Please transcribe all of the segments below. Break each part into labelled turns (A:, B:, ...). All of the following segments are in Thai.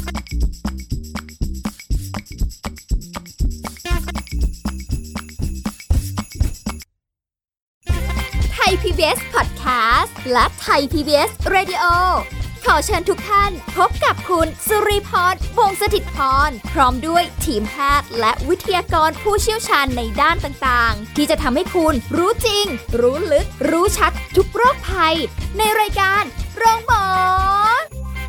A: ไทย PBS Podcast และไทย PBS Radio ขอเชิญทุกท่านพบกับคุณสุริพร วงศ์สถิตย์พรพร้อมด้วยทีมแพทย์และวิทยากรผู้เชี่ยวชาญในด้านต่างๆที่จะทำให้คุณรู้จริงรู้ลึกรู้ชัดทุกโรคภัยในรายการโรงพยาบาล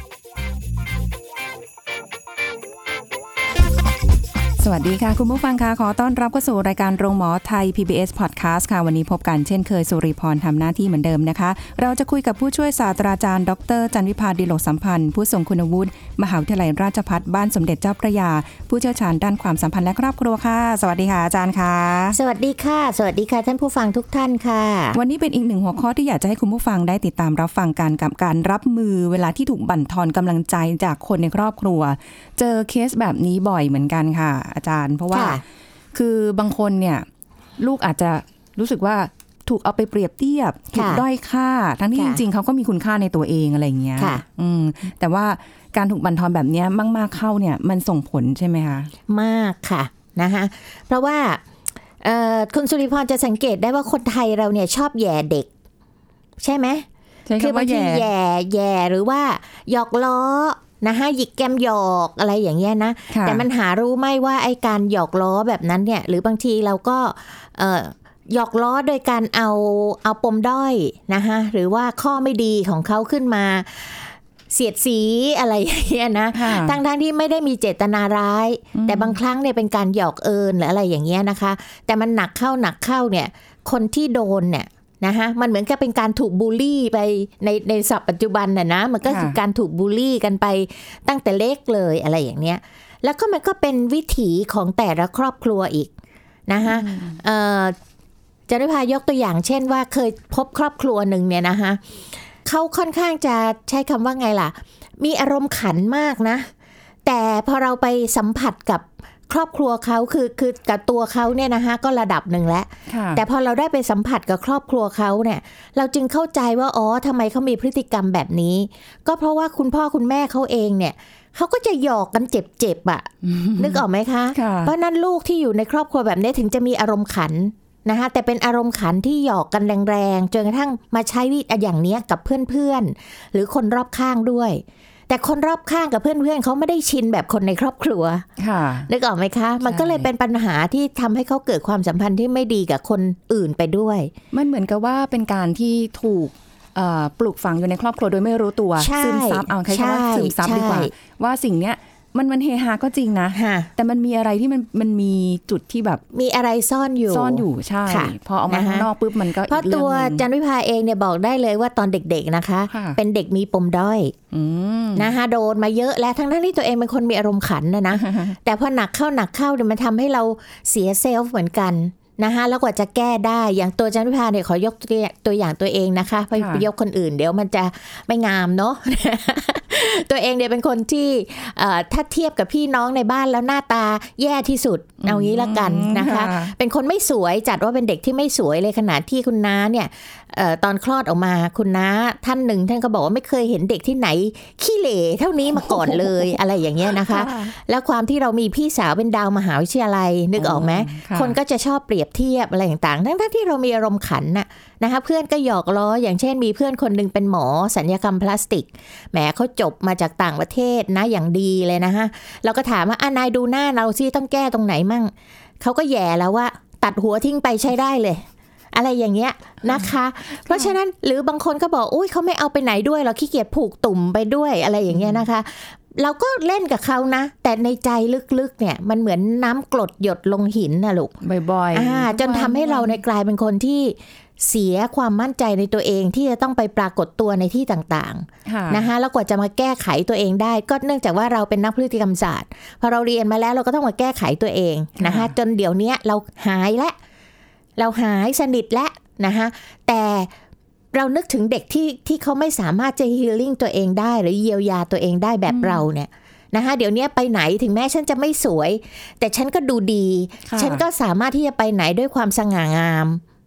B: สวัสดีค่ะคุณผู้ฟังค่ะขอต้อนรับเข้าสู่รายการโรงหมอไทย PBS Podcast ค่ะวันนี้พบกันเช่นเคยสุริพรทำหน้าที่เหมือนเดิมนะคะเราจะคุยกับผู้ช่วยศาสตราจารย์ดร.จันวิภา ดิโลกสัมพันธ์ผู้ทรงคุณวุฒิมหาวิทยาลัยราชภัฏบ้านสมเด็จเจ้าพระยาผู้เชี่ยวชาญด้านความสัมพันธ์และครอบครัวค่ะสวัสดีค่ะอาจารย์ค่ะ
C: สวัสดีค่ะสวัสดีค่ะท่านผู้ฟังทุกท่านค่ะ
B: วันนี้เป็นอีกหนึ่งหัวข้อที่อยากจะให้คุณผู้ฟังได้ติดตามรับฟังกันกับการรับมือเวลาที่ถูกบั่นทอนกำลังใจจากคนในครอบครัวเจอเคสแบบนี้บ่อยเหมือนกันค่ะอาจารย์เพราะว่าคือบางคนเนี่ยลูกอาจจะรู้สึกว่าถูกเอาไปเปรียบเทียบถูกด้อยค่าทั้งที่จริงๆเขาก็มีคุณค่าในตัวเองอะไรอย่างเงี้ยแต่ว่าการถูกบั่นทอนแบบนี้มากๆเข้าเนี่ยมันส่งผลใช่ไหมคะ
C: มากค่ะนะคะเพราะว่าคุณสุริพรจะสังเกตได้ว่าคนไทยเราเนี่ยชอบแย่เด็กใช่ไหม
B: คือบางที
C: แย่หรือว่าหยอกล้อนะคะหยิกแกมหยอกอะไรอย่างเงี้ยนะแต่มันหารู้ไหมว่าไอ้การหยอกล้อแบบนั้นเนี่ยหรือบางทีเราก็หยอกล้อโดยการเอาปมด้อยนะคะหรือว่าข้อไม่ดีของเขาขึ้นมาเสียดสีอะไรอย่างเงี้ยนะทั้งที่ไม่ได้มีเจตนาร้ายแต่บางครั้งเนี่ยเป็นการหยอกเอิญหรืออะไรอย่างเงี้ยนะคะแต่มันหนักเข้าเนี่ยคนที่โดนเนี่ยนะคะมันเหมือนกับเป็นการถูกบูลลี่ไปในศัพท์ปัจจุบันนะมันก็คือการถูกบูลลี่กันไปตั้งแต่เล็กเลยอะไรอย่างเนี้ยแล้วก็มันก็เป็นวิถีของแต่ละครอบครัวอีกนะคะจะได้พายกตัวอย่างเช่นว่าเคยพบครอบครัวหนึ่งเนี่ยนะคะเขาค่อนข้างจะใช้คำว่าไงล่ะมีอารมณ์ขันมากนะแต่พอเราไปสัมผัสกับครอบครัวเขาคือกับตัวเขาเนี่ยนะคะก็ระดับหนึ่งแล้วแต่พอเราได้ไปสัมผัสกับครอบครัวเขาเนี่ยเราจึงเข้าใจว่าอ๋อทำไมเขามีพฤติกรรมแบบนี้ก็เพราะว่าคุณพ่อคุณแม่เขาเองเนี่ยเขาก็จะหยอกกันเจ็บๆอ่ะ นึกออกไหมคะเพราะนั้นลูกที่อยู่ในครอบครัวแบบนี้ถึงจะมีอารมณ์ขันนะคะแต่เป็นอารมณ์ขันที่หยอกกันแรงๆจนกระทั่งมาใช้วิธีอย่างนี้กับเพื่อนๆหรือคนรอบข้างด้วยแต่คนรอบข้างกับเพื่อนๆเขาไม่ได้ชินแบบคนในครอบครัวนึกออกไหมคะมันก็เลยเป็นปัญหาที่ทำให้เขาเกิดความสัมพันธ์ที่ไม่ดีกับคนอื่นไปด้วย
B: มันเหมือนกับว่าเป็นการที่ถูกปลูกฝังอยู่ในครอบครัวโดยไม่รู้ตัวซึมซับเอาใครคำว่าซึมซับดีกว่าว่าสิ่งเนี้ยมันเฮฮาก็จริงนะแต่มันมีอะไรที่มันมีจุดที่แบบ
C: มีอะไรซ่อนอยู่
B: ใช่พอเอามาข้างนอกปุ๊บมันก็
C: เพราะตัวจันวิภาเองเนี่ยบอกได้เลยว่าตอนเด็กๆนะคะเป็นเด็กมีปมด้อยนะคะโดนมาเยอะแล้วทั้งที่ตัวเองเป็นคนมีอารมณ์ขันนะแต่พอหนักเข้าเนี่ยมันทำให้เราเสียเซลฟ์เหมือนกันนะคะแล้วกว่าจะแก้ได้อย่างตัวจันวิภาเนี่ยขอยกตัวอย่างตัวเองนะคะไปยกคนอื่นเดี๋ยวมันจะไม่งามเนาะ ตัวเองเนี่ยเป็นคนที่ถ้าเทียบกับพี่น้องในบ้านแล้วหน้าตาแย่ที่สุดเอางี้ละกันนะคะเป็นคนไม่สวยจัดว่าเป็นเด็กที่ไม่สวยเลยขนาดที่คุณน้าเนี่ยตอนคลอดออกมาคุณน้าท่านหนึ่งท่านก็บอกว่าไม่เคยเห็นเด็กที่ไหนขี้เหร่เท่านี้มาก่อนเลย อะไรอย่างเงี้ยนะคะแล้วความที่เรามีพี่สาวเป็นดาวมหาวิทยาลัยนึกออกไหมคนก็จะชอบเปรียบเทียบอะไรต่างๆทั้งที่เรามีอารมณ์ขันน่ะนะคะเพื่อนก็หยอกล้ออย่างเช่นมีเพื่อนคนนึงเป็นหมอศัลยกรรมพลาสติกแหมเขาจบมาจากต่างประเทศนะอย่างดีเลยนะคะเราก็ถามว่านายดูหน้าเราซิต้องแก้ตรงไหนมั่งเขาก็แย่แล้วว่าตัดหัวทิ้งไปใช้ได้เลยอะไรอย่างเงี้ยนะคะเพราะฉะนั้นหรือบางคนก็บอกอุ้ยเขาไม่เอาไปไหนด้วยเราขี้เกียจผูกตุ่มไปด้วยอะไรอย่างเงี้ยนะคะเราก็เล่นกับเขานะแต่ในใจลึกๆเนี่ยมันเหมือนน้ำกรดหยดลงหินนะลูก
B: บ่อย
C: ๆจนทำให้เราในกลายเป็นคนที่เสียความมั่นใจในตัวเองที่จะต้องไปปรากฏตัวในที่ต่างๆนะคะแล้วกว่าจะมาแก้ไขตัวเองได้ก็เนื่องจากว่าเราเป็นนักพฤติกรรมศาสตร์พอเราเรียนมาแล้วเราก็ต้องมาแก้ไขตัวเองนะคะจนเดี๋ยวนี้เราหายสนิทแล้วนะคะแต่เรานึกถึงเด็กที่เขาไม่สามารถจะฮีลลิ่งตัวเองได้หรือเยียวยาตัวเองได้แบบเราเนี่ยนะคะเดี๋ยวนี้ไปไหนถึงแม้ฉันจะไม่สวยแต่ฉันก็ดูดีฉันก็สามารถที่จะไปไหนด้วยความสง่างาม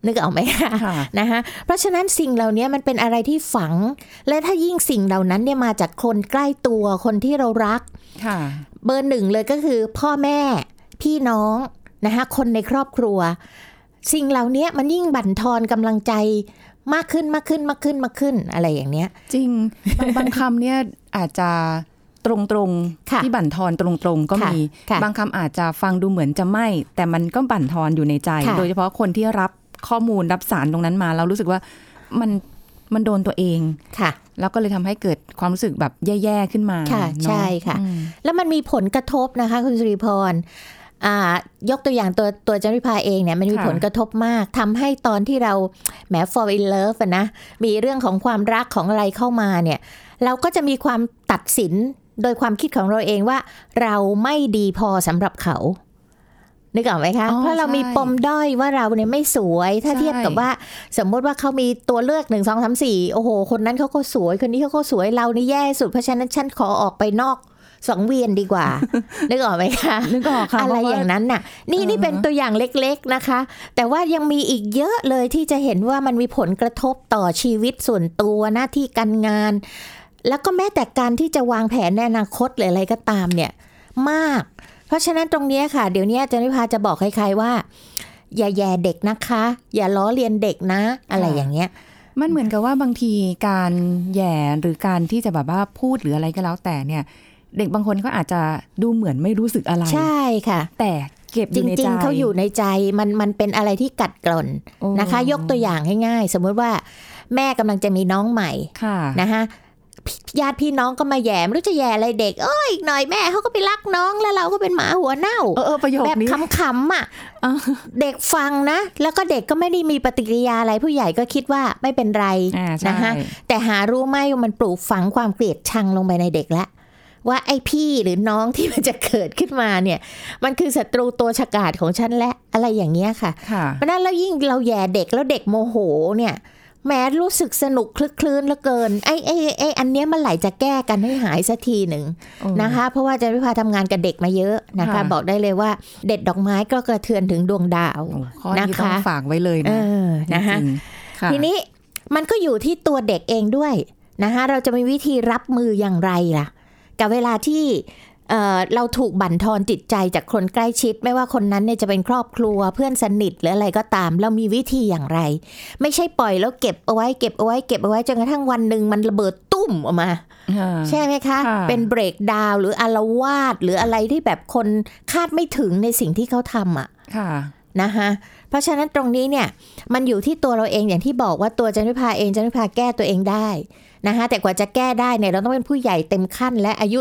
C: นึกออกไหมคะนะคะเพราะฉะนั้นสิ่งเหล่านี้มันเป็นอะไรที่ฝังและถ้ายิ่งสิ่งเหล่านั้นเนี่ยมาจากคนใกล้ตัวคนที่เรารักเบอร์หนึ่งเลยก็คือพ่อแม่พี่น้องนะคะคนในครอบครัวสิ่งเหล่านี้มันยิ่งบั่นทอนกำลังใจมากขึ้นอะไรอย่างเนี้ย
B: จริง บางคำเนี่ยอาจจะตรงๆที่บั่นทอนตรงๆก็มีบางคำอาจจะฟังดูเหมือนจะไม่แต่มันก็บั่นทอนอยู่ในใจโดยเฉพาะคนที่รับข้อมูลรับสารตรงนั้นมาแล้วรู้สึกว่ามันโดนตัวเองแล้วก็เลยทำให้เกิดความรู้สึกแบบแย่ๆขึ้นมา
C: ใช่ค่ะแล้วมันมีผลกระทบนะคะคุณสุริพรยกตัวอย่างตัวจันวิภาเองเนี่ยมันมีผลกระทบมากทำให้ตอนที่เราแหม fall in love นะมีเรื่องของความรักของอะไรเข้ามาเนี่ยเราก็จะมีความตัดสินโดยความคิดของเราเองว่าเราไม่ดีพอสำหรับเขานึกออกไหมคะเพราะเรามีปมด้อยว่าเราเนี่ยไม่สวยถ้าเทียบกับว่าสมมติว่าเขามีตัวเลือก1 2 3 4โอ้โหคนนั้นเขาก็สวยคนนี้เขาก็สวยเรานี่แย่สุดเพราะฉะนั้นฉันขอออกไปนอกสังเวียนดีกว่า นึกออกไหมคะ
B: นึกออกค่ะ
C: อะไรอย่างนั้นน่ะนี่เป็นตัวอย่างเล็กๆนะคะแต่ว่ายังมีอีกเยอะเลยที่จะเห็นว่ามันมีผลกระทบต่อชีวิตส่วนตัวหน้าที่การงานแล้วก็แม้แต่การที่จะวางแผนในอนาคตหรืออะไรก็ตามเนี่ยมากเพราะฉะนั้นตรงนี้ค่ะเดี๋ยวนี้อาจารย์วิภาจะบอกใครๆว่าอย่าแย่เด็กนะคะอย่าล้อเลียนเด็กนะอะไรอย่างเงี้ย
B: มันเหมือนกับว่าบางทีการแย่หรือการที่จะแบบว่าพูดหรืออะไรก็แล้วแต่เนี่ยเด็กบางคนก็อาจจะดูเหมือนไม่รู้สึกอะไร
C: ใช่ค่ะ
B: แต่เก็บอยู่ในใจ
C: จริงๆเขาอยู่ในใจมันเป็นอะไรที่กัดกร่อนนะคะยกตัวอย่างง่ายๆสมมติว่าแม่กำลังจะมีน้องใหม่นะคะญาติพี่น้องก็มาแย่ไม่รู้จะแย่อะไรเด็กอีกหน่อยแม่เขาก็ไปรักน้องแล้วเราก็เป็นหมาหัวเน่า
B: ประโยคนี้
C: แบบขำๆอ่ะเด็กฟังนะแล้วก็เด็กก็ไม่ได้มีปฏิกิริยาอะไรผู้ใหญ่ก็คิดว่าไม่เป็นไรนะคะแต่หารู้ไหมว่ามันปลูกฝังความเกลียดชังลงไปในเด็กแล้วว่าไอ้พี่หรือน้องที่มันจะเกิดขึ้นมาเนี่ยมันคือศัตรูตัวฉกาจของฉันและอะไรอย่างเงี้ยค่ะเพราะนั้นแล้วยิ่งเราแย่เด็กแล้วเด็กโมโหเนี่ยแม้รู้สึกสนุกคลึกคลื้นเหลือเกินไอ้อันเนี้ยเมื่อไหร่จะแก้กันให้หายสักทีหนึ่งนะคะเพราะว่าอาจารย์วิภาทำงานกับเด็กมาเยอะนะคะบอกได้เลยว่าเด็ดดอกไม้ก็กระเทือนถึงดวงดาว
B: นะคะต้องฝากไว้เลย
C: นะคะทีนี้มันก็อยู่ที่ตัวเด็กเองด้วยนะคะเราจะมีวิธีรับมืออย่างไรล่ะกับเวลาที่เราถูกบั่นทอนจิตใจจากคนใกล้ชิดไม่ว่าคนนั้นเนี่ยจะเป็นครอบครัวเพื่อนสนิทหรืออะไรก็ตามเรามีวิธีอย่างไรไม่ใช่ปล่อยแล้วเก็บเอาไว้จนกระทั่งวันหนึ่งมันระเบิดตุ้มออกมาใช่ไหมคะเป็นเบรกดาวน์หรืออาละวาดหรืออะไรที่แบบคนคาดไม่ถึงในสิ่งที่เขาทำอ่ะนะคะเพราะฉะนั้นตรงนี้เนี่ยมันอยู่ที่ตัวเราเองอย่างที่บอกว่าตัวจันวิภาเองจันวิภาแก้ตัวเองได้นะคะแต่กว่าจะแก้ได้เนี่ยเราต้องเป็นผู้ใหญ่เต็มขั้นและอายุ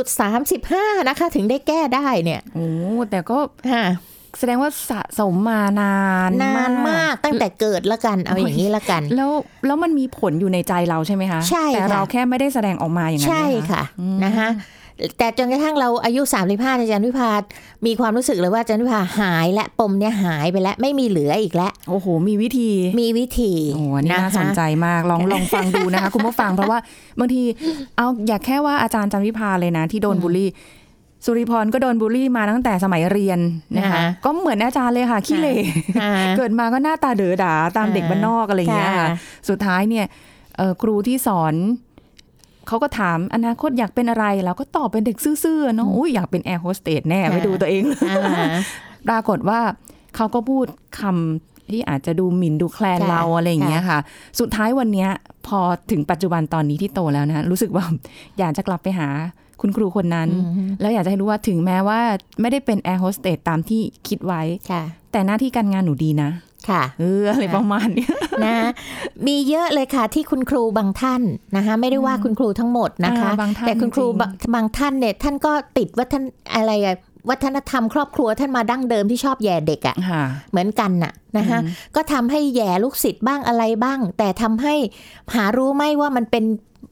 C: 35นะคะถึงได้แก้ได้เนี่ย
B: โอ้แต่ก็แสดงว่าสะสมมานาน
C: มากตั้งแต่เกิดละกันเอาอย่างนี้ละกัน
B: แล้วมันมีผลอยู่ในใจเราใช่ไหมคะ
C: ใช่
B: แต่เราแค่ไม่ได้แสดงออกมาอย่างนั้น
C: ใช่ค่ะนะคะแต่จนกระทั่งเราอายุ35อาจารย์วิภามีความรู้สึกเลยว่าอาจารย์วิภาหายและปมเนี่ยหายไปแล้วไม่มีเหลืออีกแล้ว
B: โอ้โหมีวิธี
C: โอ้
B: นี่น่าสนใจมากลองฟังดูนะคะคุณผู้ฟังเพราะว่าบางทีเอาอย่าแค่ว่าอาจารย์จันวิภาเลยนะที่โดนบูลลี่สุริพรก็โดนบูลลี่มาตั้งแต่สมัยเรียนนะคะก็เหมือนอาจารย์เลยค่ะขี้เหร่เกิดมาก็หน้าตาเด๋อด่าตามเด็กบ้านนอกอะไรอย่างเงี้ยค่ะสุดท้ายเนี่ยครูที่สอนเขาก็ถามอนาคตอยากเป็นอะไรเราก็ตอบเป็นเด็กซื่อๆเนาะอยากเป็นแอร์โฮสเตสแน่ไปดูตัวเองปรากฏว่าเขาก็พูดคำที่อาจจะดูหมิ่นดูแคลนเราอะไรอย่างเงี้ยค่ะสุดท้ายวันนี้พอถึงปัจจุบันตอนนี้ที่โตแล้วนะรู้สึกว่าอยากจะกลับไปหาคุณครูคนนั้นแล้วอยากจะให้รู้ว่าถึงแม้ว่าไม่ได้เป็นแอร์โฮสเตสตามที่คิดไว้แต่หน้าที่การงานหนูดีนะ
C: ค่ะ
B: อะไรประมาณนี้
C: นะมีเยอะเลยค่ะที่คุณครูบางท่านนะคะไม่ได้ว่าคุณครูทั้งหมดนะคะแต่คุณครูบางท่านเนี่ยท่านก็ติดวัฒนธรรมครอบครัวท่านมาดั้งเดิมที่ชอบแย่เด็กอ่ะเหมือนกันน่ะนะคะก็ทำให้แย่ลูกศิษย์บ้างอะไรบ้างแต่ทำให้หารู้ไหมว่ามันเป็น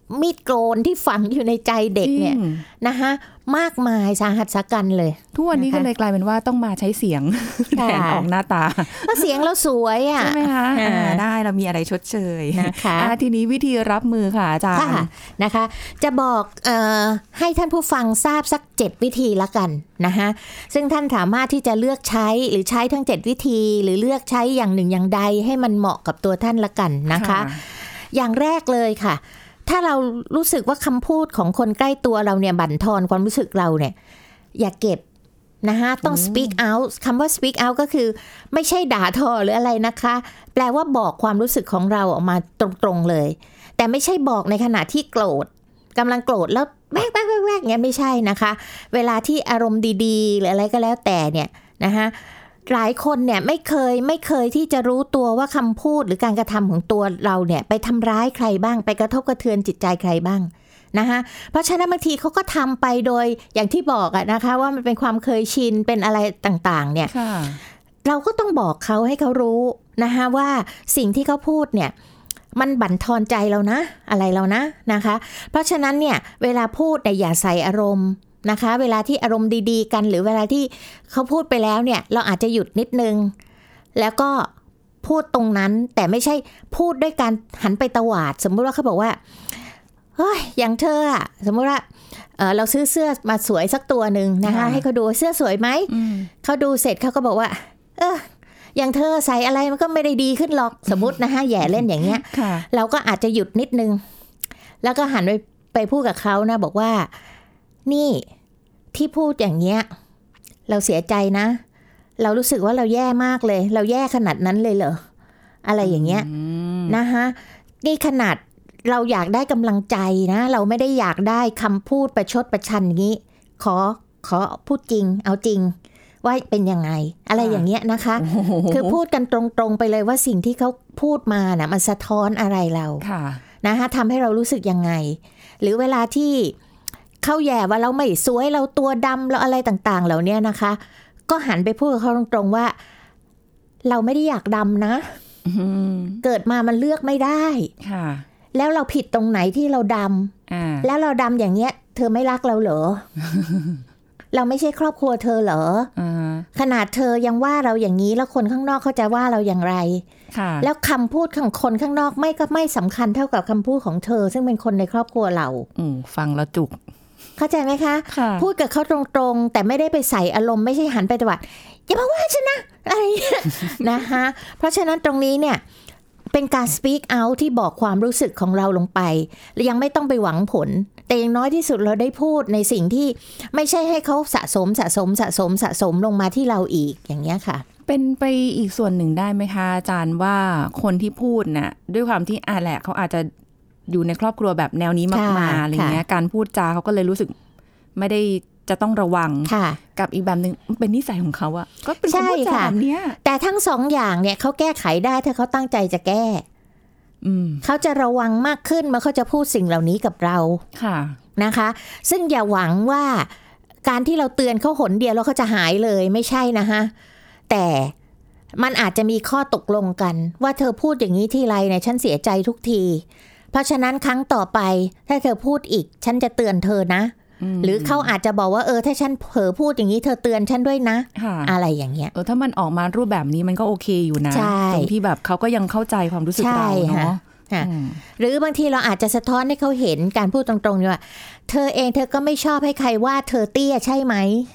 C: มีดโกนที่ฝังอยู่ในใจเด็กเนี่ยนะคะมากมายสาหัสสากันเลย
B: ทุกวันนี้ก็เลยกลายเป็นว่าต้องมาใช้เสียงแทนออกหน้าตา
C: เพราะเสียงเราสวยอ่ะ
B: ใช่ไหมคะได้เรามีอะไรชดเชยนะคะทีนี้วิธีรับมือค่ะอาจารย์
C: นะคะจะบอกให้ท่านผู้ฟังทราบสัก7วิธีละกันนะคะซึ่งท่านสามารถที่จะเลือกใช้หรือใช้ทั้ง7วิธีหรือเลือกใช้อย่างหนึ่งอย่างใดให้มันเหมาะกับตัวท่านละกันนะคะอย่างแรกเลยค่ะถ้าเรารู้สึกว่าคำพูดของคนใกล้ตัวเราเนี่ยบั่นทอนความรู้สึกเราเนี่ยอย่าเก็บนะคะต้อง speak out คำว่า speak out ก็คือไม่ใช่ด่าทอหรืออะไรนะคะแปลว่าบอกความรู้สึกของเราออกมาตรงๆเลยแต่ไม่ใช่บอกในขณะที่โกรธกำลังโกรธแล้วแวกเงี้ยไม่ใช่นะคะเวลาที่อารมณ์ดีๆหรืออะไรก็แล้วแต่เนี่ยนะคะหลายคนเนี่ยไม่เคยที่จะรู้ตัวว่าคำพูดหรือการกระทำของตัวเราเนี่ยไปทำร้ายใครบ้างไปกระทบกระเทือนจิตใจใครบ้างนะคะเพราะฉะนั้นบางทีเขาก็ทำไปโดยอย่างที่บอกอะนะคะว่ามันเป็นความเคยชินเป็นอะไรต่างๆเนี่ยเราก็ต้องบอกเขาให้เขารู้นะคะว่าสิ่งที่เขาพูดเนี่ยมันบั่นทอนใจเรานะอะไรเรานะนะคะเพราะฉะนั้นเนี่ยเวลาพูดเนี่ยอย่าใส่อารมณ์นะคะเวลาที่อารมณ์ดีๆกันหรือเวลาที่เขาพูดไปแล้วเนี่ยเราอาจจะหยุดนิดนึงแล้วก็พูดตรงนั้นแต่ไม่ใช่พูดด้วยการหันไปตวาดสมมุติว่าเขาบอกว่าเฮ้ยอย่างเธออะสมมุติว่าเราซื้อเสื้อมาสวยสักตัวนึงนะคะให้เขาดูเสื้อสวยไหมเขาดูเสร็จเขาก็บอกว่าอย่างเธอใส่อะไรมันก็ไม่ได้ดีขึ้นหรอกสมมตินะคะแย่เล่นอย่างเงี้ยเราก็อาจจะหยุดนิดนึงแล้วก็หันไปพูดกับเขานะบอกว่านี่ที่พูดอย่างเงี้ยเราเสียใจนะเรารู้สึกว่าเราแย่มากเลยเราแย่ขนาดนั้นเลยเหรออะไรอย่างเงี้ยนะคะนี่ขนาดเราอยากได้กำลังใจนะเราไม่ได้อยากได้คำพูดประชดประชันอย่างนี้ขอพูดจริงเอาจริงว่าเป็นยังไงอะไรอย่างเงี้ยนะคะคือพูดกันตรงๆไปเลยว่าสิ่งที่เขาพูดมานะมันสะท้อนอะไรเรานะคะทำให้เรารู้สึกยังไงหรือเวลาที่เขาแย่ว่าเราไม่สวยเราตัวดำเราอะไรต่างๆเหล่านี้นะคะก็หันไปพูดกับเขาตรงๆว่าเราไม่ได้อยากดำนะเกิดมามันเลือกไม่ได้แล้วเราผิดตรงไหนที่เราดำแล้วเราดำอย่างเงี้ยเธอไม่รักเราเหรอ เราไม่ใช่ครอบครัวเธอเหรอขนาดเธอยังว่าเราอย่างนี้แล้วคนข้างนอกเขาจะว่าเราอย่างไรแล้วคำพูดของคนข้างนอกไม่สำคัญเท่ากับคำพูดของเธอซึ่งเป็นคนในครอบครัวเรา
B: ฟังแล้วจุก
C: เข้าใจไหมคะพูดกับเขาตรงๆแต่ไม่ได้ไปใส่อารมณ์ไม่ใช่หันไปตวัดอย่ามาว่าฉันนะอะไรนะคะเพราะฉะนั้นตรงนี้เนี่ยเป็นการ speak out ที่บอกความรู้สึกของเราลงไปและยังไม่ต้องไปหวังผลแต่อย่างน้อยที่สุดเราได้พูดในสิ่งที่ไม่ใช่ให้เขาสะสมลงมาที่เราอีกอย่างเงี้ยค่ะ
B: เป็นไปอีกส่วนหนึ่งได้ไหมคะอาจารย์ว่าคนที่พูดน่ะด้วยความที่แหละเขาอาจจะอยู่ในครอบครัวแบบแนวนี้มากๆอะไรเงี้ยการพูดจาเขาก็เลยรู้สึกไม่ได้จะต้องระวังกับอีกแบบนึงเป็นนิสัยของเขาอะก็เป็นคนพูดจาแบบนี้
C: แต่ทั้งสองอย่างเนี่ยเขาแก้ไขได้ถ้าเขาตั้งใจจะแก้เขาจะระวังมากขึ้นเมื่อเขาจะพูดสิ่งเหล่านี้กับเรานะคะซึ่งอย่าหวังว่าการที่เราเตือนเขาหนเดียวแล้วเขาจะหายเลยไม่ใช่นะคะแต่มันอาจจะมีข้อตกลงกันว่าเธอพูดอย่างนี้ทีไรเนี่ยฉันเสียใจทุกทีเพราะฉะนั้นครั้งต่อไปถ้าเธอพูดอีกฉันจะเตือนเธอนะหรือเขาอาจจะบอกว่าถ้าฉันเผลอพูดอย่างนี้เธอเตือนฉันด้วยนะอะไรอย่างเงี้ย
B: ถ้ามันออกมารูปแบบนี้มันก็โอเคอยู่นะตรงที่แบบเขาก็ยังเข้าใจความรู้สึกเราเนาะ
C: หรือบางทีเราอาจจะสะท้อนให้เขาเห็นการพูดตรงๆว่าเธอเองเธอก็ไม่ชอบให้ใครว่าเธอเตี้ยใช่ไหม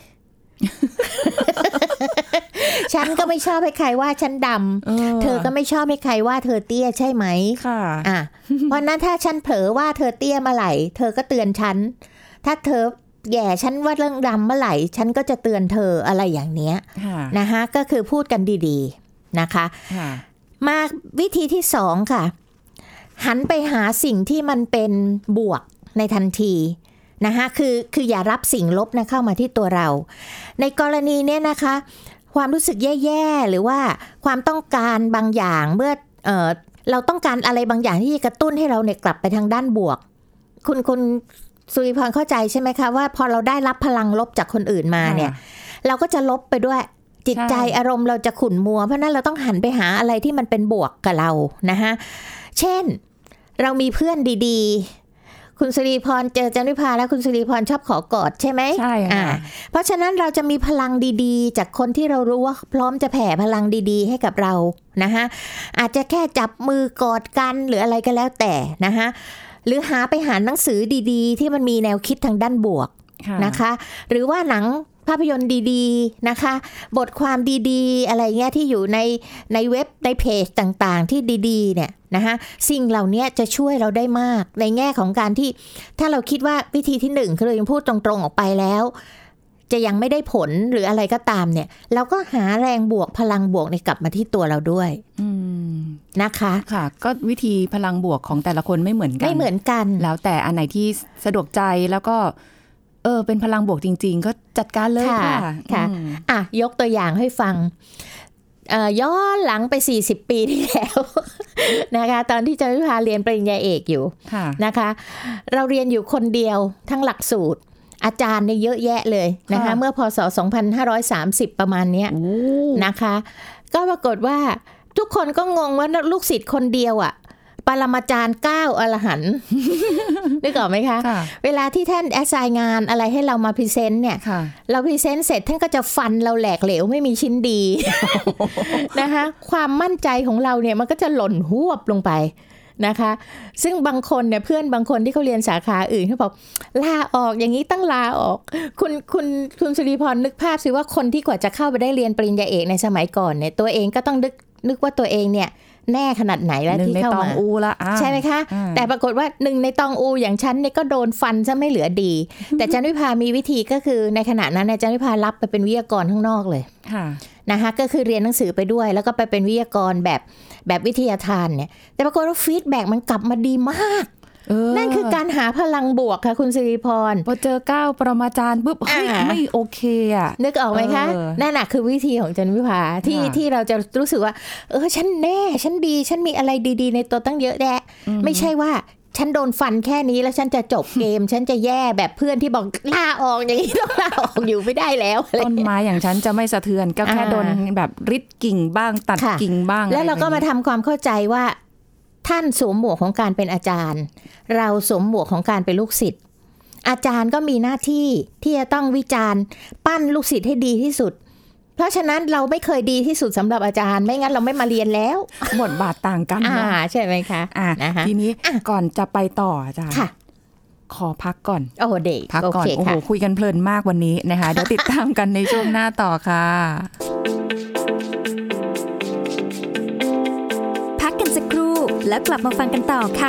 C: ฉันก็ไม่ชอบให้ใครว่าฉันดำเธอก็ไม่ชอบให้ใครว่าเธอเตี้ยใช่ไหมเพราะนั้นถ้าฉันเผลอว่าเธอเตี้ยเมื่อไหร่เธอก็เตือนฉันถ้าเธอแย่ฉันว่าเรื่องดำเมื่อไหร่ฉันก็จะเตือนเธออะไรอย่างเนี้ยนะคะก็คือพูดกันดีๆนะคะมาวิธีที่2ค่ะหันไปหาสิ่งที่มันเป็นบวกในทันทีนะคะคืออย่ารับสิ่งลบนะเข้ามาที่ตัวเราในกรณีนี้นะคะความรู้สึกแย่ๆหรือว่าความต้องการบางอย่างเมื่อเราต้องการอะไรบางอย่างที่จะกระตุ้นให้เราเนี่ยกลับไปทางด้านบวกคุณสุริพรเข้าใจใช่ไหมคะว่าพอเราได้รับพลังลบจากคนอื่นมาเนี่ยเราก็จะลบไปด้วยจิตใจอารมณ์เราจะขุ่นมัวเพราะนั้นเราต้องหันไปหาอะไรที่มันเป็นบวกกับเรานะคะเช่นเรามีเพื่อนดีคุณสุริพรเจอจันวิภาแล้วคุณสุริพรชอบขอกอดใช่ไหม
B: ใช่ค่ะ
C: เพราะฉะนั้นเราจะมีพลังดีๆจากคนที่เรารู้ว่าพร้อมจะแผ่พลังดีๆให้กับเรานะคะอาจจะแค่จับมือกอดกันหรืออะไรก็แล้วแต่นะคะหรือไปหาหนังสือดีๆที่มันมีแนวคิดทางด้านบวกนะคะหรือว่าหนังภาพยนตร์ดีๆนะคะบทความดีๆอะไรเงี้ยที่อยู่ในเว็บในเพจต่างๆที่ดีๆเนี่ยนะคะสิ่งเหล่านี้จะช่วยเราได้มากในแง่ของการที่ถ้าเราคิดว่าวิธีที่หนึ่งคือเรายังพูดตรงๆออกไปแล้วจะยังไม่ได้ผลหรืออะไรก็ตามเนี่ยเราก็หาแรงบวกพลังบวกในกลับมาที่ตัวเราด้วยนะคะ
B: ค่ะก็วิธีพลังบวกของแต่ละคนไม่เหมือนกันแล้วแต่อันไหนที่สะดวกใจแล้วก็เป็นพลังบวกจริงๆก็จัดการเลย
C: ค่ะยกตัวอย่างให้ฟังย้อนหลังไป40ปีที่แล้วนะคะตอนที่จันวิภาเรียนปริญญาเอกอยู่นะคะเราเรียนอยู่คนเดียวทั้งหลักสูตรอาจารย์เนี่ยเยอะแยะเลยนะคะเมื่อพศ2530ประมาณนี้นะคะก็ปรากฏว่าทุกคนก็งงว่าลูกศิษย์คนเดียวอ่ะปรมาจารย์9อรหันต์นึกออกไหมคะเวลาที่ท่านแอสไซน์งานอะไรให้เรามาพรีเซนต์เนี่ยเราพรีเซนต์เสร็จท่านก็จะฟันเราแหลกเหลวไม่มีชิ้นดีนะคะความมั่นใจของเราเนี่ยมันก็จะหล่นหวบลงไปนะคะซึ่งบางคนเนี่ยเพื่อนบางคนที่เขาเรียนสาขาอื่นเขาบอกลาออกอย่างนี้ตั้งลาออกคุณสุริพรนึกภาพสิว่าคนที่กว่าจะเข้าไปได้เรียนปริญญาเอกในสมัยก่อนเนี่ยตัวเองก็ต้องนึกว่าตัวเองเนี่ยแน่ขนาดไหนแล้วที่เข้ามาใช่ไหมคะแต่ปรากฏว่าหนึ่งในตองอูอย่างฉันเนี่ยก็โดนฟันซะไม่เหลือดีแต่จันวิภามีวิธีก็คือในขณะนั้นจันวิภารับไปเป็นวิทยากรข้างนอกเลยนะคะก็คือเรียนหนังสือไปด้วยแล้วก็ไปเป็นวิทยากรแบบวิทยาทานเนี่ยแต่ปรากฏว่าฟีดแบ็กมันกลับมาดีมากนั่นคือการหาพลังบวกค่ะคุณสิริพร
B: พอเจอ9ปรมาจารย์ปุ๊บไม่โอเคอ่ะ
C: นึกออกไหมคะนั่นน่ะคือวิธีของจันวิภาที่เราจะรู้สึกว่าฉันแน่ฉันดีฉันมีอะไรดีๆในตัวตั้งเยอะแยะไม่ใช่ว่าฉันโดนฟันแค่นี้แล้วฉันจะจบเกมฉันจะแย่แบบเพื่อนที่บอกลาออกอย่างนี้ต้องลาออกอยู่ไม่ได้แล้ว
B: ต้นไม้อย่างฉันจะไม่สะเทือนก็แค่โดนแบบริดกิ่งบ้างตัดกิ่งบ้าง
C: แล้วเราก็มาทำความเข้าใจว่าท่านสวมหมวกของการเป็นอาจารย์เราสวมหมวกของการเป็นลูกศิษย์อาจารย์ก็มีหน้าที่ที่จะต้องวิจารณ์ปั้นลูกศิษย์ให้ดีที่สุดเพราะฉะนั้นเราไม่เคยดีที่สุดสำหรับอาจารย์ไม่งั้นเราไม่มาเรียนแล้ว
B: บทบาทต่างกัน
C: ใช่ไหมคะ
B: ทีนี้ก่อนจะไปต่ออาจารย์ขอพักก่อน
C: เด็ก
B: พักก่อนโอ้โหคุยกันเพลินมากวันนี้นะคะเดี๋ยวติดตามกันในช่วงหน้าต่อค่ะ
A: พักกันสักครู่แล้วกลับมาฟังกันต่อค่ะ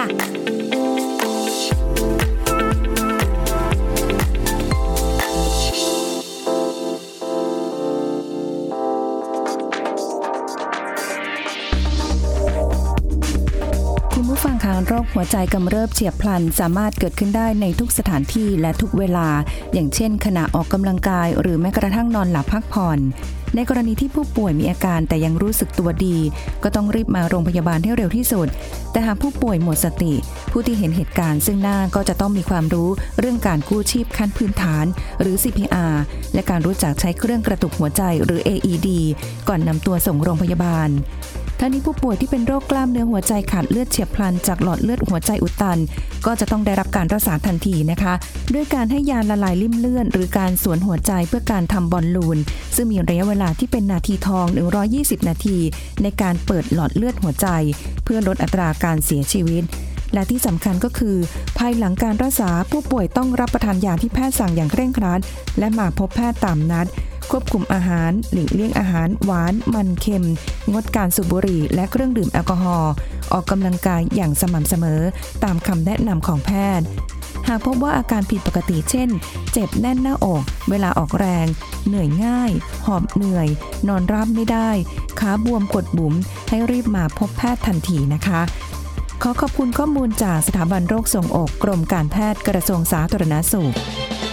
B: ผู้ฟังคะโรคหัวใจกำเริบเฉียบพลันสามารถเกิดขึ้นได้ในทุกสถานที่และทุกเวลาอย่างเช่นขณะออกกำลังกายหรือแม้กระทั่งนอนหลับพักผ่อนในกรณีที่ผู้ป่วยมีอาการแต่ยังรู้สึกตัวดีก็ต้องรีบมาโรงพยาบาลให้เร็วที่สุดแต่หากผู้ป่วยหมดสติผู้ที่เห็นเหตุการณ์ซึ่งหน้าก็จะต้องมีความรู้เรื่องการกู้ชีพขั้นพื้นฐานหรือ CPR และการรู้จักใช้เครื่องกระตุกหัวใจหรือ AED ก่อนนำตัวส่งโรงพยาบาลทั้งนี้ผู้ป่วยที่เป็นโรคกล้ามเนื้อหัวใจขาดเลือดเฉียบพลันจากหลอดเลือดหัวใจอุดตันก็จะต้องได้รับการรักษาทันทีนะคะด้วยการให้ยาละลายริ่มเลือดหรือการสวนหัวใจเพื่อการทำบอลลูนซึ่งมีระยะเวลาที่เป็นนาทีทอง120นาทีในการเปิดหลอดเลือดหัวใจเพื่อลดอัตราการเสียชีวิตและที่สำคัญก็คือภายหลังการรักษาผู้ป่วยต้องรับประทานยาที่แพทย์สั่งอย่างเคร่งครัดและมาพบแพทย์ตามนัดควบคุมอาหารหลีกเลี่ยงอาหารหวานมันเค็มงดการสูบบุหรี่และเครื่องดื่มแอลกอฮอล์ออกกำลังกายอย่างสม่ำเสมอตามคำแนะนำของแพทย์หากพบว่าอาการผิดปกติเช่นเจ็บแน่นหน้าอกเวลาออกแรงเหนื่อยง่ายหอบเหนื่อยนอนราบไม่ได้ขาบวมกดบุ๋มให้รีบมาพบแพทย์ทันทีนะคะขอขอบคุณข้อมูลจากสถาบันโรคทรวงอกกรมการแพทย์กระทรวงสาธารณสุข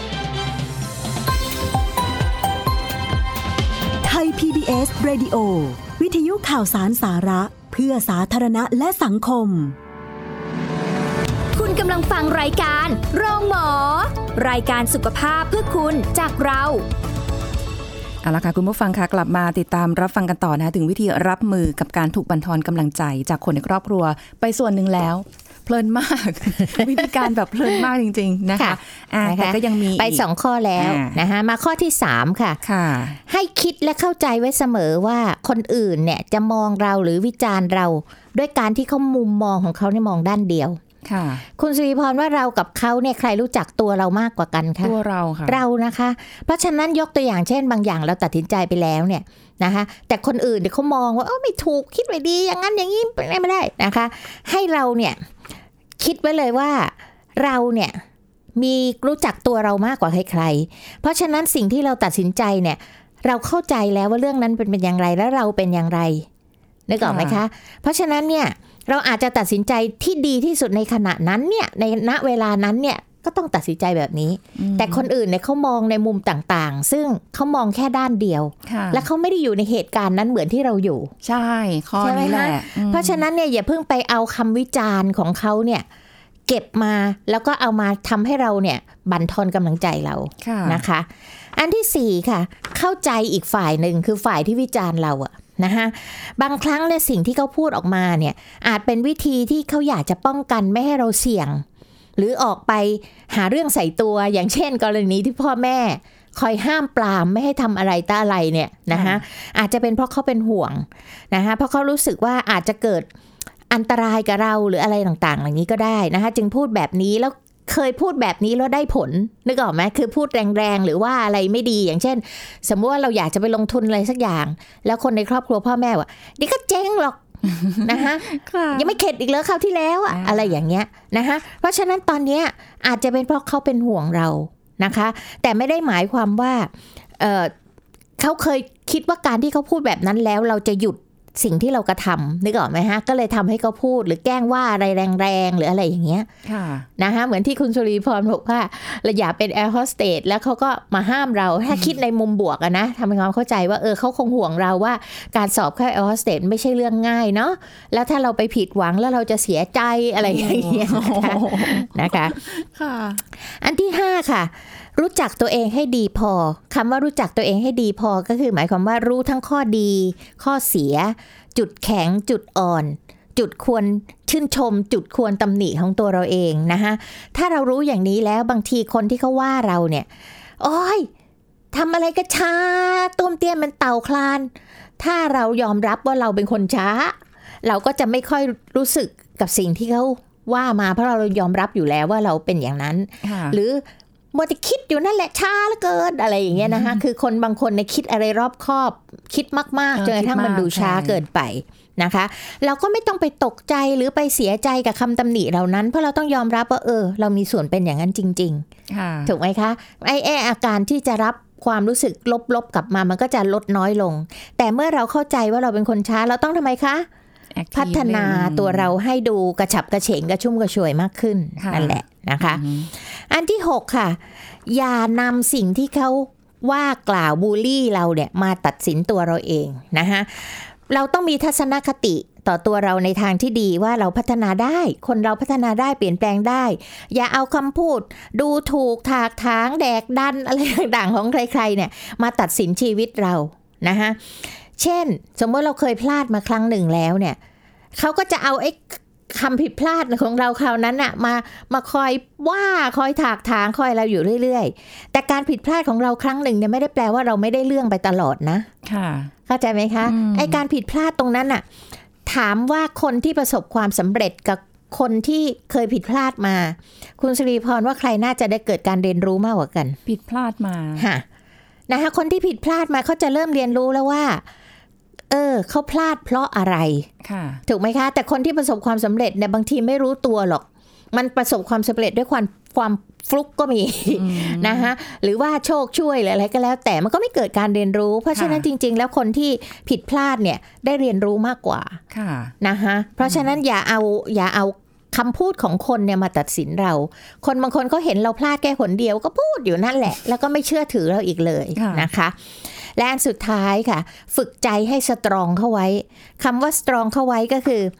D: ไทย PBS Radio วิทยุข่าวสารสาระเพื่อสาธารณะและสังคม
A: คุณกำลังฟังรายการโรงหมอรายการสุขภาพเพื่อคุณจากเรา
B: เอาละค่ะคุณผู้ฟังคะกลับมาติดตามรับฟังกันต่อนะถึงวิธีรับมือกับการถูกบั่นทอนกำลังใจจากคนในครอบครัวไปส่วนหนึ่งแล้วเพลินมาก วิธีการแบบเพลินมากจริงๆนะคะแต่ก็ยังมี
C: ไป2ข้อแล้วนะคะมาข้อที่3ค่ะให้คิดและเข้าใจไว้เสมอว่าคนอื่นเนี่ยจะมองเราหรือวิจารณ์เราด้วยการที่เขามุมมองของเขาเนี่ยมองด้านเดียวคุณสิริพรว่าเรากับเขาเนี่ยใครรู้จักตัวเรามากกว่ากันคะ
B: ตัวเราค่ะ
C: เรานะคะเพราะฉะนั้นยกตัวอย่างเช่นบางอย่างเราตัดสินใจไปแล้วเนี่ยนะคะแต่คนอื่นเดี๋ยวเขามองว่าไม่ถูกคิดไว้ดีอย่างนั้นอย่างนี้ไม่ได้นะคะให้เราเนี่ยคิดไว้เลยว่าเราเนี่ยมีรู้จักตัวเรามากกว่าใครๆเพราะฉะนั้นสิ่งที่เราตัดสินใจเนี่ยเราเข้าใจแล้วว่าเรื่องนั้นเป็นอย่างไรและเราเป็นอย่างไรนึกออกไหมคะเพราะฉะนั้นเนี่ยเราอาจจะตัดสินใจที่ดีที่สุดในขณะนั้นเนี่ยในณเวลานั้นเนี่ยก็ต้องตัดสินใจแบบนี้แต่คนอื่นเนี่ยเขามองในมุมต่างๆซึ่งเขามองแค่ด้านเดียวและเขาไม่ได้อยู่ในเหตุการณ์นั้นเหมือนที่เราอยู่
B: ใช่ข้อนี้แหละ
C: เพราะฉะนั้นเนี่ยอย่าเพิ่งไปเอาคำวิจารณ์ของเขาเนี่ยเก็บมาแล้วก็เอามาทำให้เราเนี่ยบั่นทอนกำลังใจเรานะคะอันที่4ค่ะเข้าใจอีกฝ่ายหนึ่งคือฝ่ายที่วิจารณ์เราอะนะคะบางครั้งเนี่ยสิ่งที่เขาพูดออกมาเนี่ยอาจเป็นวิธีที่เขาอยากจะป้องกันไม่ให้เราเสี่ยงหรือออกไปหาเรื่องใส่ตัวอย่างเช่นกรณีที่พ่อแม่คอยห้ามปรามไม่ให้ทำอะไรตาอะไรเนี่ยนะคะอาจจะเป็นเพราะเขาเป็นห่วงนะคะเพราะเขารู้สึกว่าอาจจะเกิดอันตรายกับเราหรืออะไรต่างๆอย่างนี้ก็ได้นะคะจึงพูดแบบนี้แล้วเคยพูดแบบนี้แล้วได้ผลนึกออกไหมคือพูดแรงๆหรือว่าอะไรไม่ดีอย่างเช่นสมมติว่าเราอยากจะไปลงทุนอะไรสักอย่างแล้วคนในครอบครัวพ่อแม่ว่านี่ก็เจ๊งหรอกนะคะยังไม่เข็ดอีกเลยคราวที่แล้วอะอะไรอย่างเงี้ยนะคะเพราะฉะนั้นตอนนี้อาจจะเป็นเพราะเขาเป็นห่วงเรานะคะแต่ไม่ได้หมายความว่าเขาเคยคิดว่าการที่เขาพูดแบบนั้นแล้วเราจะหยุดสิ่งที่เรากระทำนึกออกไหมฮะก็เลยทำให้เขาพูดหรือแกล้งว่าอะไรแรงๆหรืออะไรอย่างเงี้ยนะคะเหมือนที่คุณสุริพรบอกว่าเราอยากเป็นแอร์โฮสเตสแล้วเขาก็มาห้ามเราถ้าคิดในมุมบวกอะนะทำให้ความเข้าใจว่าเขาคงห่วงเราว่าการสอบเข้าแอร์โฮสเตสไม่ใช่เรื่องง่ายเนาะแล้วถ้าเราไปผิดหวังแล้วเราจะเสียใจอะไรอย่างเงี้ยนะคะอันที่5ค่ะรู้จักตัวเองให้ดีพอคำว่ารู้จักตัวเองให้ดีพอก็คือหมายความว่ารู้ทั้งข้อดีข้อเสียจุดแข็งจุดอ่อนจุดควรชื่นชมจุดควรตำหนิของตัวเราเองนะคะถ้าเรารู้อย่างนี้แล้วบางทีคนที่เขาว่าเราเนี่ยโอ๊ยทำอะไรก็ช้าต้มเตี้ยมเป็นเต่าคลานถ้าเรายอมรับว่าเราเป็นคนช้าเราก็จะไม่ค่อยรู้สึกกับสิ่งที่เขาว่ามาเพราะเรายอมรับอยู่แล้วว่าเราเป็นอย่างนั้นหรือมัวแต่คิดอยู่นั่นแหละช้าเหลือเกินอะไรอย่างเงี้ยนะคะคือคนบางคนในคิดอะไรรอบคอบคิดมากๆจนกระทั่งมันดูช้าเกินไปนะคะเราก็ไม่ต้องไปตกใจหรือไปเสียใจกับคำตำหนิเหล่านั้นเพราะเราต้องยอมรับว่าเรามีส่วนเป็นอย่างนั้นจริงๆถูกไหมคะไอ้อาการที่จะรับความรู้สึกลบๆกลับมามันก็จะลดน้อยลงแต่เมื่อเราเข้าใจว่าเราเป็นคนช้าเราต้องทำไมคะพัฒนาตัวเราให้ดูกระฉับกระเฉงกระชุ่มกระชวยมากขึ้นนั่นแหละนะคะอันที่6ค่ะอย่านำสิ่งที่เขาว่ากล่าวบูลลี่เราเนี่ยมาตัดสินตัวเราเองนะคะเราต้องมีทัศนคติต่อตัวเราในทางที่ดีว่าเราพัฒนาได้คนเราพัฒนาได้เปลี่ยนแปลงได้อย่าเอาคำพูดดูถูกถากถางแดกดันอะไรต่างๆของใครๆเนี่ยมาตัดสินชีวิตเรานะคะเช่นสมมติเราเคยพลาดมาครั้งหนึ่งแล้วเนี่ยเขาก็จะเอาไอ้คำผิดพลาดของเราคราวนั้นน่ะมาคอยว่าคอยถากถางคอยเราอยู่เรื่อยๆแต่การผิดพลาดของเราครั้งหนึ่งเนี่ยไม่ได้แปลว่าเราไม่ได้เรื่องไปตลอดนะค่ะเข้าใจไหมคะไอ้การผิดพลาดตรงนั้นน่ะถามว่าคนที่ประสบความสำเร็จกับคนที่เคยผิดพลาดมาคุณสิริพรว่าใครน่าจะได้เกิดการเรียนรู้มากกว่ากัน
B: ผิดพลาดมา
C: ค่ะนะคะคนที่ผิดพลาดมาเขาจะเริ่มเรียนรู้แล้วว่าเขาพลาดเพราะอะไรถูกไหมคะแต่คนที่ประสบความสำเร็จเนี่ยบางทีไม่รู้ตัวหรอกมันประสบความสำเร็จด้วยความฟลุกก็มีนะคะหรือว่าโชคช่วยหรืออะไรก็แล้วแต่มันก็ไม่เกิดการเรียนรู้เพราะฉะนั้นจริงๆแล้วคนที่ผิดพลาดเนี่ยได้เรียนรู้มากกว่านะคะเพราะฉะนั้นอย่าเอาคำพูดของคนเนี่ยมาตัดสินเราคนบางคนก็เห็นเราพลาดแค่หนเดียวก็พูดอยู่นั่นแหละแล้วก็ไม่เชื่อถือเราอีกเลยนะคะและอันสุดท้ายค่ะฝึกใจให้สตรองเข้าไว้คำว่าสตรองเข้าไว้ก็คือ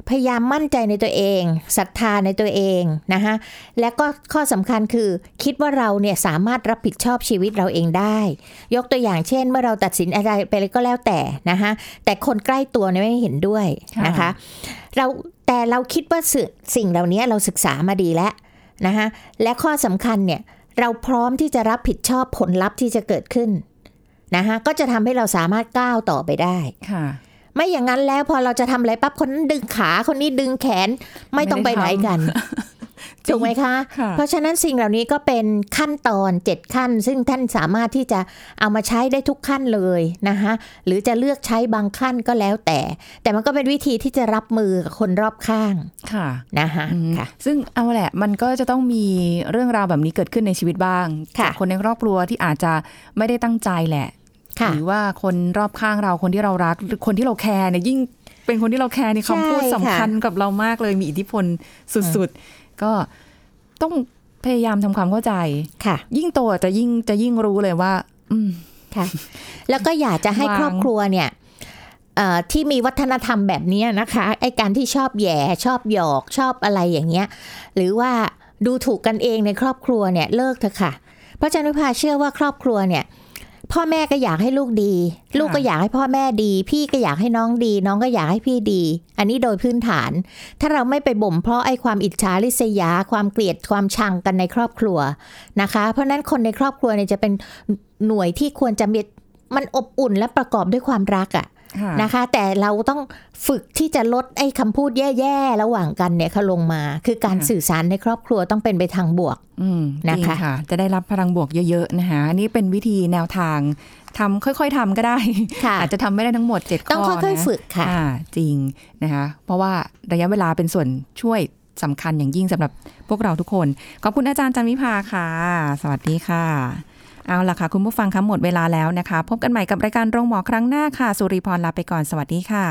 C: พยายามมั่นใจในตัวเองศรัทธาในตัวเองนะคะและก็ข้อสำคัญคือคิดว่าเราเนี่ยสามารถรับผิดชอบชีวิตเราเองได้ยกตัวอย่างเช่นเมื่อเราตัดสินอะไรไปก็แล้วแต่นะคะแต่คนใกล้ตัวเนี่ยไม่เห็นด้วยนะคะแต่เราคิดว่าสิ่งเหล่านี้เราศึกษามาดีแล้วนะคะและข้อสำคัญเนี่ยเราพร้อมที่จะรับผิดชอบผลลัพธ์ที่จะเกิดขึ้นนะคะก็จะทำให้เราสามารถก้าวต่อไปได้ไม่อย่างนั้นแล้วพอเราจะทำอะไรปั๊บคนนั้นดึงขาคนนี้ดึงแขนไม่ต้องไปไหนกันถูกไหมคะเพราะฉะนั้นสิ่งเหล่านี้ก็เป็นขั้นตอน7ขั้นซึ่งท่านสามารถที่จะเอามาใช้ได้ทุกขั้นเลยนะคะหรือจะเลือกใช้บางขั้นก็แล้วแต่มันก็เป็นวิธีที่จะรับมือกับคนรอบข้างนะคะ
B: ซึ่งเอาแหละมันก็จะต้องมีเรื่องราวแบบนี้เกิดขึ้นในชีวิตบ้างคนในครอบครัวที่อาจจะไม่ได้ตั้งใจแหละหรือว่าคนรอบข้างเราคนที่เรารักหรือคนที่เราแคร์เนี่ยยิ่งเป็นคนที่เราแคร์ในคำพูดสำคัญกับเรามากเลยมีอิทธิพลสุดๆก็ต้องพยายามทำความเข้าใจยิ่งโตจะยิ่งรู้เลยว่า
C: ค่ะแล้วก็อยากจะให้ครอบครัวเนี่ยที่มีวัฒนธรรมแบบนี้นะคะไอ้การที่ชอบแย่ชอบหยอกชอบอะไรอย่างเงี้ยหรือว่าดูถูกกันเองในครอบครัวเนี่ยเลิกเถอะค่ะเพราะอาจารย์วิภาเชื่อว่าครอบครัวเนี่ยพ่อแม่ก็อยากให้ลูกดีลูกก็อยากให้พ่อแม่ดีพี่ก็อยากให้น้องดีน้องก็อยากให้พี่ดีอันนี้โดยพื้นฐานถ้าเราไม่ไปบ่มเพราะไอ้ความอิจฉาริษยาความเกลียดความชังกันในครอบครัวนะคะเพราะนั้นคนในครอบครัวเนี่ยจะเป็นหน่วยที่ควรจะมีมันอบอุ่นและประกอบด้วยความรักอ่ะนะคะแต่เราต้องฝึกที่จะลดไอ้คำพูดแย่ๆระหว่างกันเนี่ยเขาลงมาคือการสื่อสารในครอบครัวต้องเป็นไปทางบวก
B: นะคะจะได้รับพลังบวกเยอะๆนะคะนี่เป็นวิธีแนวทางทำค่อยๆทำก็ได้อาจจะทำไม่ได้ทั้งหมด7ข้อ
C: ต้องค่อยๆฝึกค่ะ
B: จริงนะคะเพราะว่าระยะเวลาเป็นส่วนช่วยสำคัญอย่างยิ่งสำหรับพวกเราทุกคนขอบคุณอาจารย์จันวิภาค่ะสวัสดีค่ะเอาล่ะค่ะคุณผู้ฟังคะหมดเวลาแล้วนะคะพบกันใหม่กับรายการโรงหมอครั้งหน้าค่ะสุริพรลาไปก่อนสวัสดีค่ะ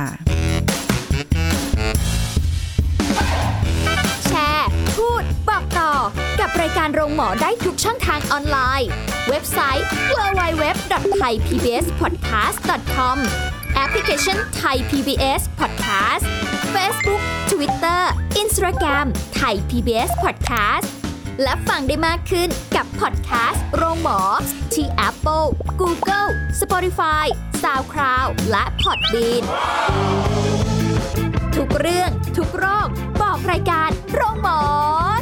A: แชร์พูดบอกต่อกับรายการโรงหมอได้ทุกช่องทางออนไลน์เว็บไซต์ www.thaipbspodcast.com แอปพลิเคชัน Thai PBS Podcast Facebook Twitter Instagram Thai PBS Podcastและฟังได้มากขึ้นกับพอดแคสต์โรงหมอที่ Apple, Google, Spotify, SoundCloud และ Podbean ทุกเรื่องทุกโรคบอกรายการโรงหมอ